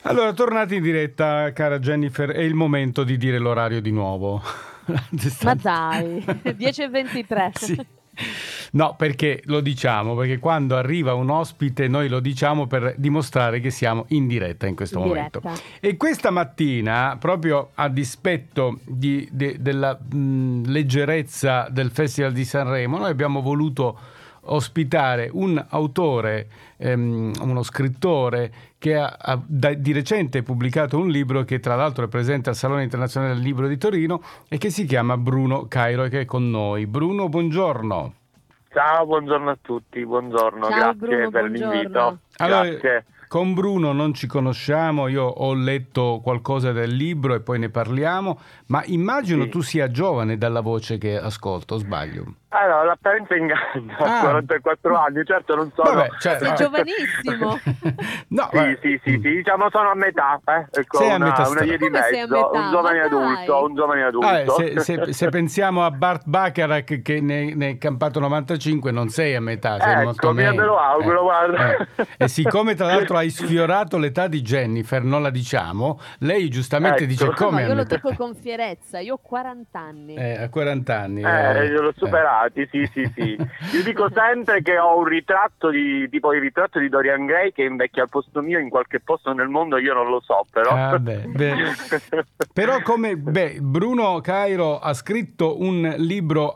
Allora, tornati in diretta, cara Jennifer, è il momento di dire l'orario di nuovo. Ma dai, 10:23. Sì. No, perché lo diciamo? Perché quando arriva un ospite noi lo diciamo per dimostrare che siamo in diretta in questo In momento. diretta. E questa mattina, proprio a dispetto della leggerezza del Festival di Sanremo, noi abbiamo voluto ospitare un autore, uno scrittore che ha di recente pubblicato un libro che tra l'altro è presente al Salone Internazionale del Libro di Torino e che si chiama Bruno Cairo e che è con noi. Bruno, buongiorno. Ciao, buongiorno a tutti, buongiorno, Ciao, grazie Bruno, per buongiorno. l'invito. Allora, Grazie. con Bruno non ci conosciamo, io ho letto qualcosa del libro e poi ne parliamo, ma immagino Sì. tu sia giovane dalla voce che ascolto, o sbaglio? Allora, l'apparenza inganna, ho Ah. 44 anni, certo non sono... Vabbè, cioè, Sei giovanissimo. No, vabbè. Sì, diciamo sono a metà, ecco, Sei a metà una strada. via di Come sei a mezzo, metà? un giovane Ma dai. adulto, un giovane adulto. Se pensiamo a Bart Bacharach che nel campato 95 non sei a metà, sei molto Ecco, me meno. lo auguro, guarda. E siccome tra l'altro hai sfiorato l'età di Jennifer, non la diciamo, lei giustamente Ecco. dice No, come io a lo metà. dico con fierezza, io ho 40 anni. A 40 anni. Io l'ho superati, sì. Io dico sempre che ho un ritratto tipo il ritratto di Dorian Gray che invecchia al posto mio in qualche posto nel mondo, io non lo so, però. Però Bruno Cairo ha scritto un libro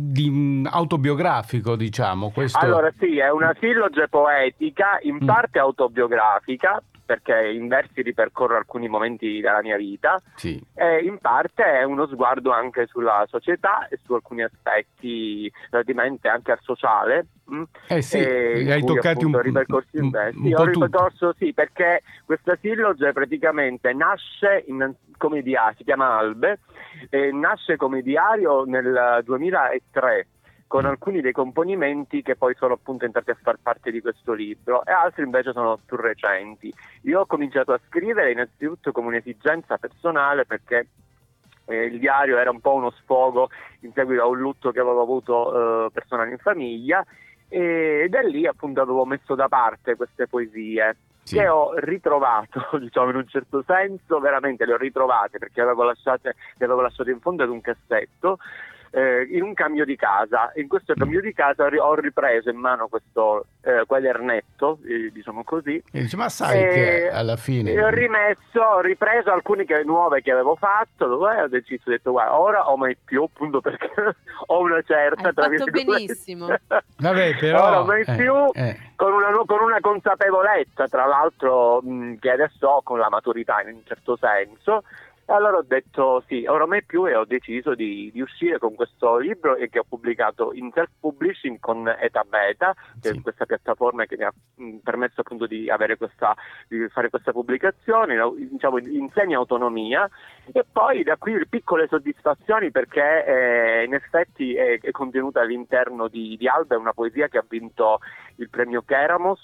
autobiografico, diciamo. Questo... Allora sì, è una silloge poetica, in parte autobiografica, perché in versi ripercorro alcuni momenti della mia vita, sì. E in parte è uno sguardo anche sulla società e su alcuni aspetti relativamente anche al sociale. Sì, in hai cui, toccati appunto, un ho ripercorso in versi. un Ho po' ripercorso, sì, perché questa silloge praticamente nasce come diario, si chiama Albe, nasce come diario nel 2003, con alcuni dei componimenti che poi sono appunto entrati a far parte di questo libro e altri invece sono più recenti. Io ho cominciato a scrivere innanzitutto come un'esigenza personale perché il diario era un po' uno sfogo in seguito a un lutto che avevo avuto personale in famiglia e da lì appunto avevo messo da parte queste poesie. Sì. Che ho ritrovato, diciamo in un certo senso, veramente le ho ritrovate perché le avevo lasciate in fondo ad un cassetto in un cambio di casa. In questo cambio di casa ho ripreso in mano questo quadernetto, diciamo così. Ma sai che alla fine... Ho ripreso alcune nuove che avevo fatto, dove ho deciso, ho detto guarda, ora o mai più, appunto perché ho una certa... Hai fatto benissimo. Vabbè, però... Ora o mai più... Con una consapevolezza, tra l'altro, che adesso ho con la maturità in un certo senso. E allora ho detto sì, ormai più e ho deciso di uscire con questo libro e che ho pubblicato in self-publishing con Eta Beta, che è questa piattaforma che mi ha permesso appunto di fare questa pubblicazione, diciamo in semi-autonomia, e poi da qui piccole soddisfazioni perché in effetti è contenuta all'interno di Alba, una poesia che ha vinto il premio Keramos.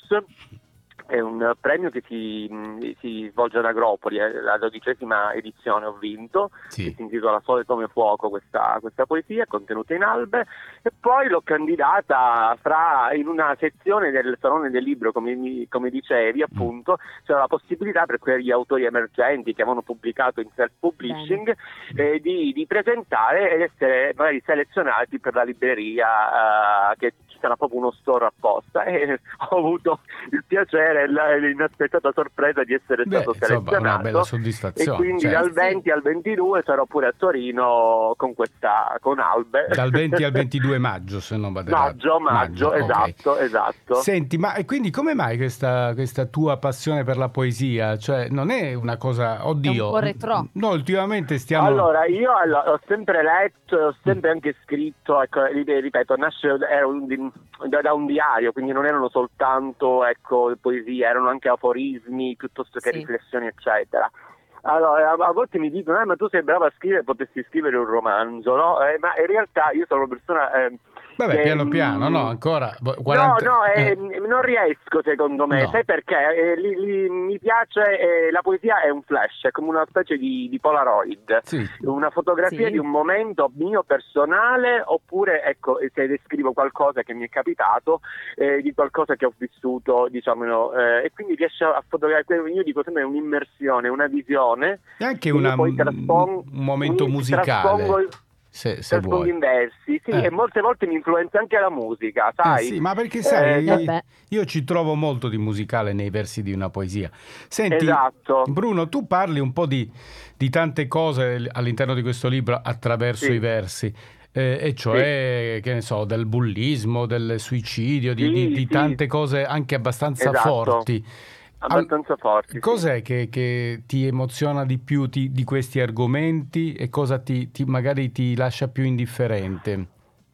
È un premio che si svolge ad Agropoli, la 12ª edizione ho vinto, che si intitola Sole come fuoco, questa poesia contenuta in Albe, e poi l'ho candidata in una sezione del Salone del Libro, come dicevi appunto, c'era la possibilità per quegli autori emergenti che avevano pubblicato in self-publishing di presentare ed essere magari selezionati per la libreria, che ci sarà proprio uno store apposta, e ho avuto il piacere l'inaspettata sorpresa di essere stato selezionato. Una bella soddisfazione. E quindi dal 20 al 22 sarò pure a Torino con Albe. Dal 20 al 22 maggio, se non vado errato. Maggio, esatto. Senti, ma e quindi come mai questa tua passione per la poesia? Cioè, non è una cosa, oddio. È un po' retro. No, ultimamente stiamo... Allora, io ho sempre letto, ho sempre anche scritto, ecco, ripeto, nasce da un diario, quindi non erano soltanto, ecco, poesie, erano anche aforismi piuttosto che riflessioni, eccetera. Allora, a volte mi dicono, ma tu sei bravo a scrivere, potresti scrivere un romanzo, no? Ma in realtà io sono una persona Vabbè, piano piano, no, ancora 40... non riesco secondo me, No. sai perché? Mi piace, la poesia è un flash, è come una specie di Polaroid, Sì. una fotografia Sì. di un momento mio personale, oppure ecco, se descrivo qualcosa che mi è capitato, di qualcosa che ho vissuto, diciamo, e quindi riesce a fotografare, io dico sempre un'immersione, una visione, E anche che io poi un momento musicale, traspongo se traspongo vuoi. in versi, sì, e molte volte mi influenza anche la musica, sai? Sì, ma perché sai, vabbè. io ci trovo molto di musicale nei versi di una poesia. Senti, Esatto. Bruno, tu parli un po' di tante cose all'interno di questo libro attraverso Sì. i versi, e cioè, che ne so, del bullismo, del suicidio, di Sì. tante cose anche abbastanza Esatto. forti. Abbastanza forti. Cos'è che ti emoziona di più di questi argomenti e cosa magari ti lascia più indifferente?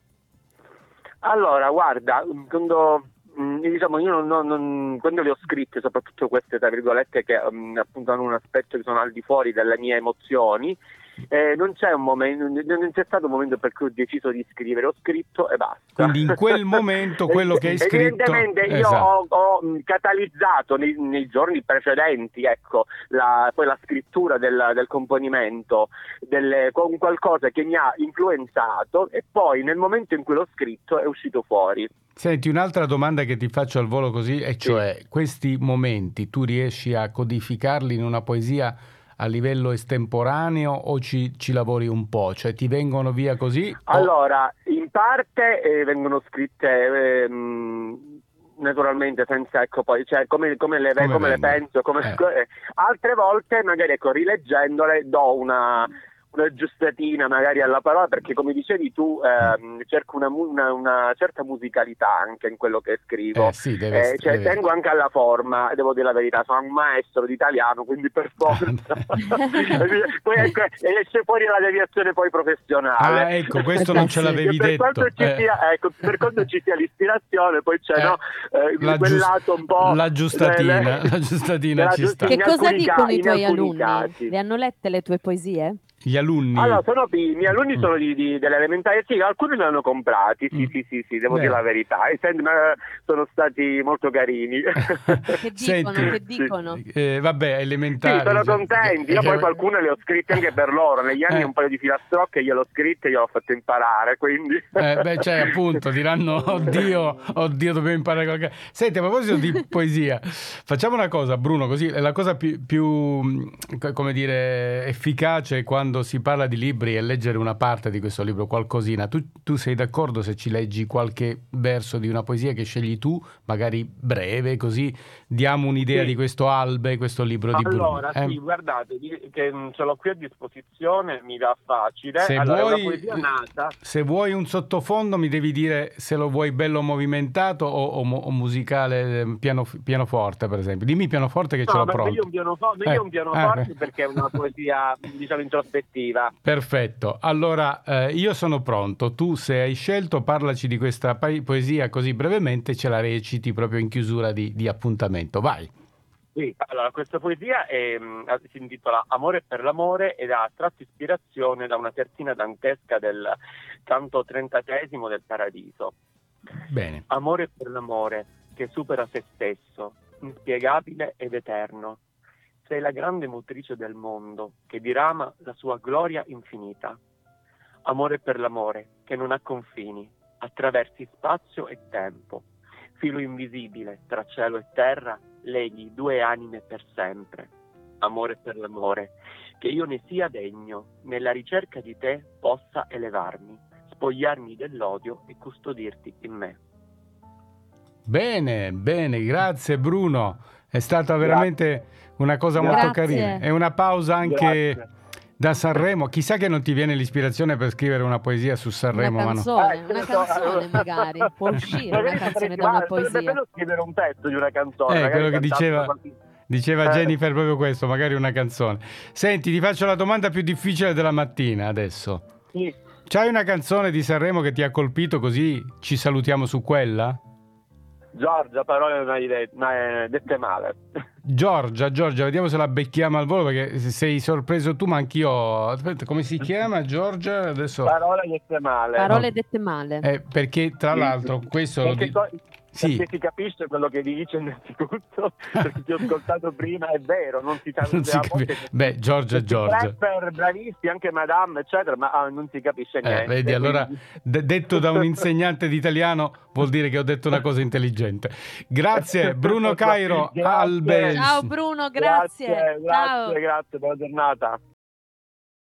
Allora, guarda, diciamo, io quando le ho scritte, soprattutto queste tra virgolette che appunto hanno un aspetto che sono al di fuori delle mie emozioni, non c'è un momento, non c'è stato un momento per cui ho deciso di scrivere, ho scritto e basta. Quindi in quel momento quello che hai scritto... Evidentemente io Esatto. ho catalizzato nei giorni precedenti, ecco, poi la scrittura del componimento con qualcosa che mi ha influenzato, e poi nel momento in cui l'ho scritto è uscito fuori. Senti, un'altra domanda che ti faccio al volo così, e cioè, questi momenti tu riesci a codificarli in una poesia a livello estemporaneo o ci lavori un po'? Cioè ti vengono via così? Allora, in parte vengono scritte naturalmente senza, ecco, poi, cioè come le penso, altre volte magari, ecco, rileggendole do una aggiustatina magari alla parola, perché come dicevi tu cerco una certa musicalità anche in quello che scrivo, sì, tengo anche alla forma, devo dire la verità, sono un maestro di italiano, quindi per forza poi ecco, esce fuori la deviazione poi professionale. Ecco, questo non ce l'avevi detto. Per quanto ci sia l'ispirazione, poi c'è quel lato un po' l'aggiustatina ci sta. Che cosa dicono i tuoi alcuni alunni? casi. Le hanno lette le tue poesie? Gli alunni? Allora, i miei alunni sono delle elementari, sì, alcuni li hanno comprati, sì, devo dire la verità, e sono stati molto carini. Che dicono? Vabbè, elementari. Sì, sono contenti, io poi qualcuno le ho scritte anche per loro, negli anni un paio di filastrocche glielo ho scritte e glielo ho fatto imparare, quindi... appunto, diranno, oddio, dobbiamo imparare qualcosa. Senti, a proposito di poesia, facciamo una cosa, Bruno, così è la cosa più come dire, efficace quando si parla di libri e leggere una parte di questo libro, qualcosina. Tu sei d'accordo se ci leggi qualche verso di una poesia che scegli tu, magari breve, così diamo un'idea di questo albe, questo libro di Bruno? Allora, sì, guardate, che ce l'ho qui a disposizione, mi dà facile. Se allora, vuoi, è una poesia nata. Se vuoi un sottofondo mi devi dire se lo vuoi bello movimentato o musicale, pianoforte per esempio. Dimmi pianoforte che ce l'ho pronto. Io un pianoforte perché è una poesia, diciamo, introspettiva. Perfetto, allora io sono pronto. Tu, se hai scelto, parlaci di questa poesia così brevemente, ce la reciti proprio in chiusura di appuntamento. Vai. Sì, allora questa poesia si intitola Amore per l'amore ed ha tratto ispirazione da una terzina dantesca del canto 30° del Paradiso. Bene. Amore per l'amore che supera se stesso, inspiegabile ed eterno. Sei la grande motrice del mondo che dirama la sua gloria infinita. Amore per l'amore che non ha confini, attraversi spazio e tempo. Filo invisibile tra cielo e terra, leghi due anime per sempre. Amore per l'amore, che io ne sia degno, nella ricerca di te possa elevarmi, spogliarmi dell'odio e custodirti in me. Bene, grazie Bruno. È stata veramente una cosa molto carina. È una pausa anche da Sanremo. Chissà che non ti viene l'ispirazione per scrivere una poesia su Sanremo. Una canzone magari. Può uscire una canzone da una poesia. Sarebbe bello scrivere un pezzo di una canzone. Quello che diceva Jennifer, proprio questo, magari una canzone. Senti, ti faccio la domanda più difficile della mattina adesso. Sì. C'hai una canzone di Sanremo che ti ha colpito, così ci salutiamo su quella? Giorgia, parole dette male. Giorgia, vediamo se la becchiamo al volo, perché se sei sorpreso tu, ma anch'io. Aspetta, come si chiama Giorgia? Adesso. Parole dette male. Parole dette male. Perché tra l'altro questo lo dico. Sì. Perché si capisce quello che dice innanzitutto, perché ti ho ascoltato prima, è vero, non si capisce. Beh, Giorgia. Rapper, bravissimi, anche Madame, eccetera, ma non si capisce niente. Vedi, allora, detto da un insegnante di italiano, vuol dire che ho detto una cosa intelligente. Grazie, Bruno Cairo. Grazie. Ciao Bruno, grazie. Grazie, buona giornata.